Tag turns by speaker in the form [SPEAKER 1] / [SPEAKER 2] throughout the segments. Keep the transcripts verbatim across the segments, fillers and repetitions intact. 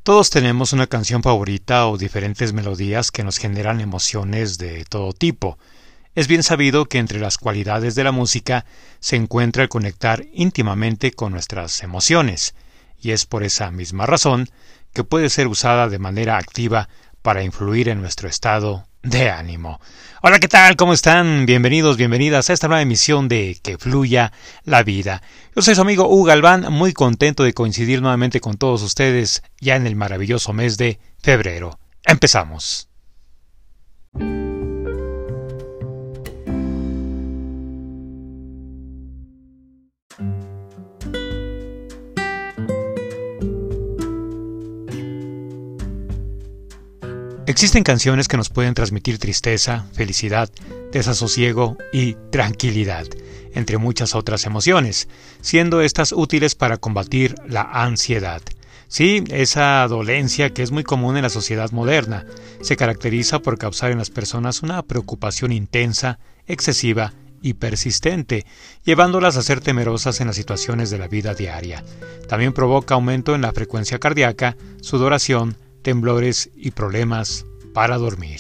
[SPEAKER 1] Todos tenemos una canción favorita o diferentes melodías que nos generan emociones de todo tipo. Es bien sabido que entre las cualidades de la música se encuentra el conectar íntimamente con nuestras emociones, y es por esa misma razón que puede ser usada de manera activa para influir en nuestro estado de ánimo. Hola, ¿qué tal? ¿Cómo están? Bienvenidos, bienvenidas a esta nueva emisión de Que Fluya la Vida. Yo soy su amigo Hugo Galván, muy contento de coincidir nuevamente con todos ustedes ya en el maravilloso mes de febrero. Empezamos. Existen canciones que nos pueden transmitir tristeza, felicidad, desasosiego y tranquilidad, entre muchas otras emociones, siendo estas útiles para combatir la ansiedad. Sí, esa dolencia que es muy común en la sociedad moderna, se caracteriza por causar en las personas una preocupación intensa, excesiva y persistente, llevándolas a ser temerosas en las situaciones de la vida diaria. También provoca aumento en la frecuencia cardíaca, sudoración, temblores y problemas para dormir.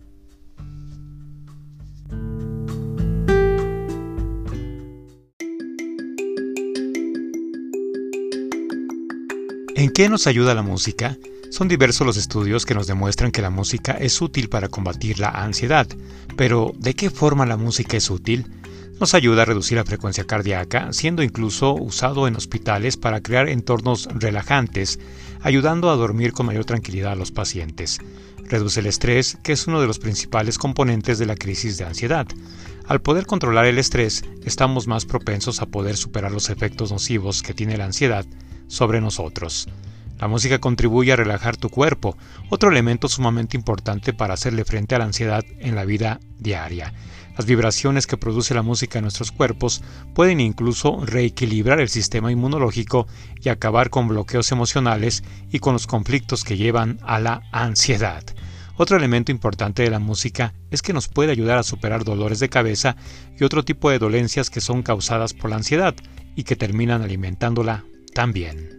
[SPEAKER 1] ¿En qué nos ayuda la música? Son diversos los estudios que nos demuestran que la música es útil para combatir la ansiedad, pero ¿de qué forma la música es útil? Nos ayuda a reducir la frecuencia cardíaca, siendo incluso usado en hospitales para crear entornos relajantes, ayudando a dormir con mayor tranquilidad a los pacientes. Reduce el estrés, que es uno de los principales componentes de la crisis de ansiedad. Al poder controlar el estrés, estamos más propensos a poder superar los efectos nocivos que tiene la ansiedad sobre nosotros. La música contribuye a relajar tu cuerpo, otro elemento sumamente importante para hacerle frente a la ansiedad en la vida diaria. Las vibraciones que produce la música en nuestros cuerpos pueden incluso reequilibrar el sistema inmunológico y acabar con bloqueos emocionales y con los conflictos que llevan a la ansiedad. Otro elemento importante de la música es que nos puede ayudar a superar dolores de cabeza y otro tipo de dolencias que son causadas por la ansiedad y que terminan alimentándola también.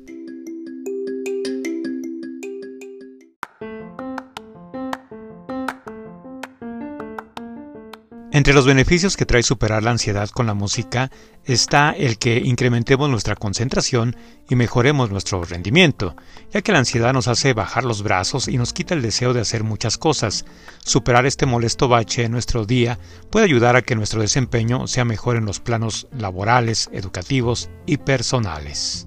[SPEAKER 1] Entre los beneficios que trae superar la ansiedad con la música está el que incrementemos nuestra concentración y mejoremos nuestro rendimiento, ya que la ansiedad nos hace bajar los brazos y nos quita el deseo de hacer muchas cosas. Superar este molesto bache en nuestro día puede ayudar a que nuestro desempeño sea mejor en los planos laborales, educativos y personales.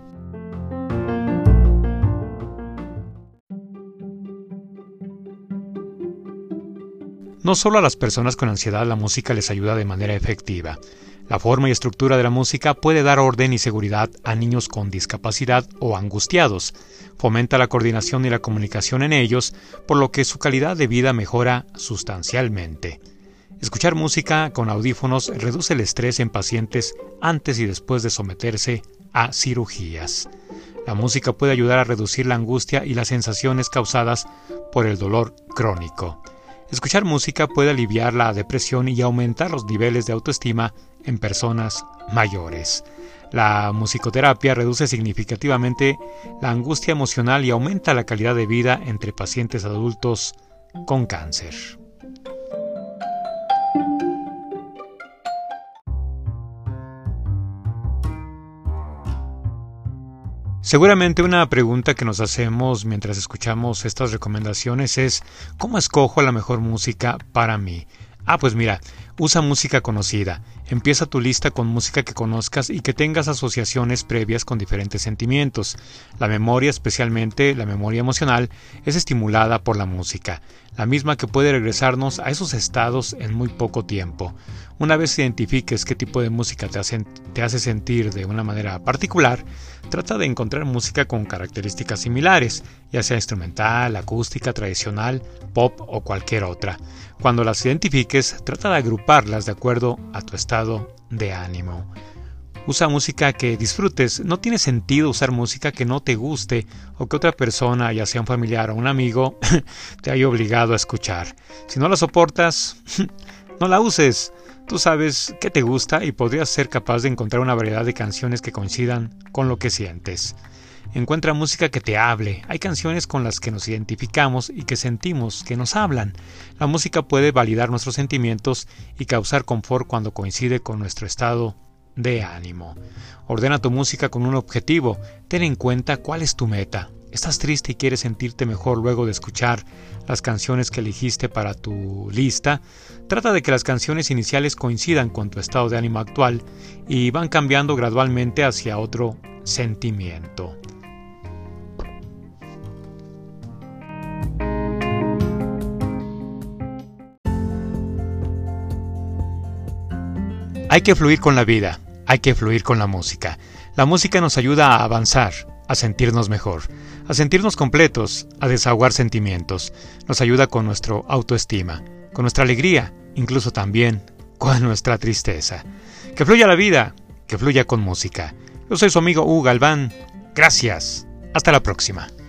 [SPEAKER 1] No solo a las personas con ansiedad la música les ayuda de manera efectiva. La forma y estructura de la música puede dar orden y seguridad a niños con discapacidad o angustiados. Fomenta la coordinación y la comunicación en ellos, por lo que su calidad de vida mejora sustancialmente. Escuchar música con audífonos reduce el estrés en pacientes antes y después de someterse a cirugías. La música puede ayudar a reducir la angustia y las sensaciones causadas por el dolor crónico. Escuchar música puede aliviar la depresión y aumentar los niveles de autoestima en personas mayores. La musicoterapia reduce significativamente la angustia emocional y aumenta la calidad de vida entre pacientes adultos con cáncer. Seguramente una pregunta que nos hacemos mientras escuchamos estas recomendaciones es ¿cómo escojo la mejor música para mí? Ah, pues mira, usa música conocida. Empieza tu lista con música que conozcas y que tengas asociaciones previas con diferentes sentimientos. La memoria, especialmente la memoria emocional, es estimulada por la música, la misma que puede regresarnos a esos estados en muy poco tiempo. Una vez identifiques qué tipo de música te hace, te hace sentir de una manera particular, trata de encontrar música con características similares, ya sea instrumental, acústica, tradicional, pop o cualquier otra. Cuando las identifiques, trata de agruparlas de acuerdo a tu estado de ánimo. Usa música que disfrutes. No tiene sentido usar música que no te guste o que otra persona, ya sea un familiar o un amigo, te haya obligado a escuchar. Si no la soportas, no la uses. Tú sabes qué te gusta y podrías ser capaz de encontrar una variedad de canciones que coincidan con lo que sientes. Encuentra música que te hable. Hay canciones con las que nos identificamos y que sentimos que nos hablan. La música puede validar nuestros sentimientos y causar confort cuando coincide con nuestro estado de ánimo. Ordena tu música con un objetivo. Ten en cuenta cuál es tu meta. ¿Estás triste y quieres sentirte mejor luego de escuchar las canciones que elegiste para tu lista? Trata de que las canciones iniciales coincidan con tu estado de ánimo actual y van cambiando gradualmente hacia otro sentimiento. Hay que fluir con la vida, hay que fluir con la música. La música nos ayuda a avanzar, a sentirnos mejor, a sentirnos completos, a desahogar sentimientos. Nos ayuda con nuestra autoestima, con nuestra alegría, incluso también con nuestra tristeza. Que fluya la vida, que fluya con música. Yo soy su amigo Hugo Galván. Gracias. Hasta la próxima.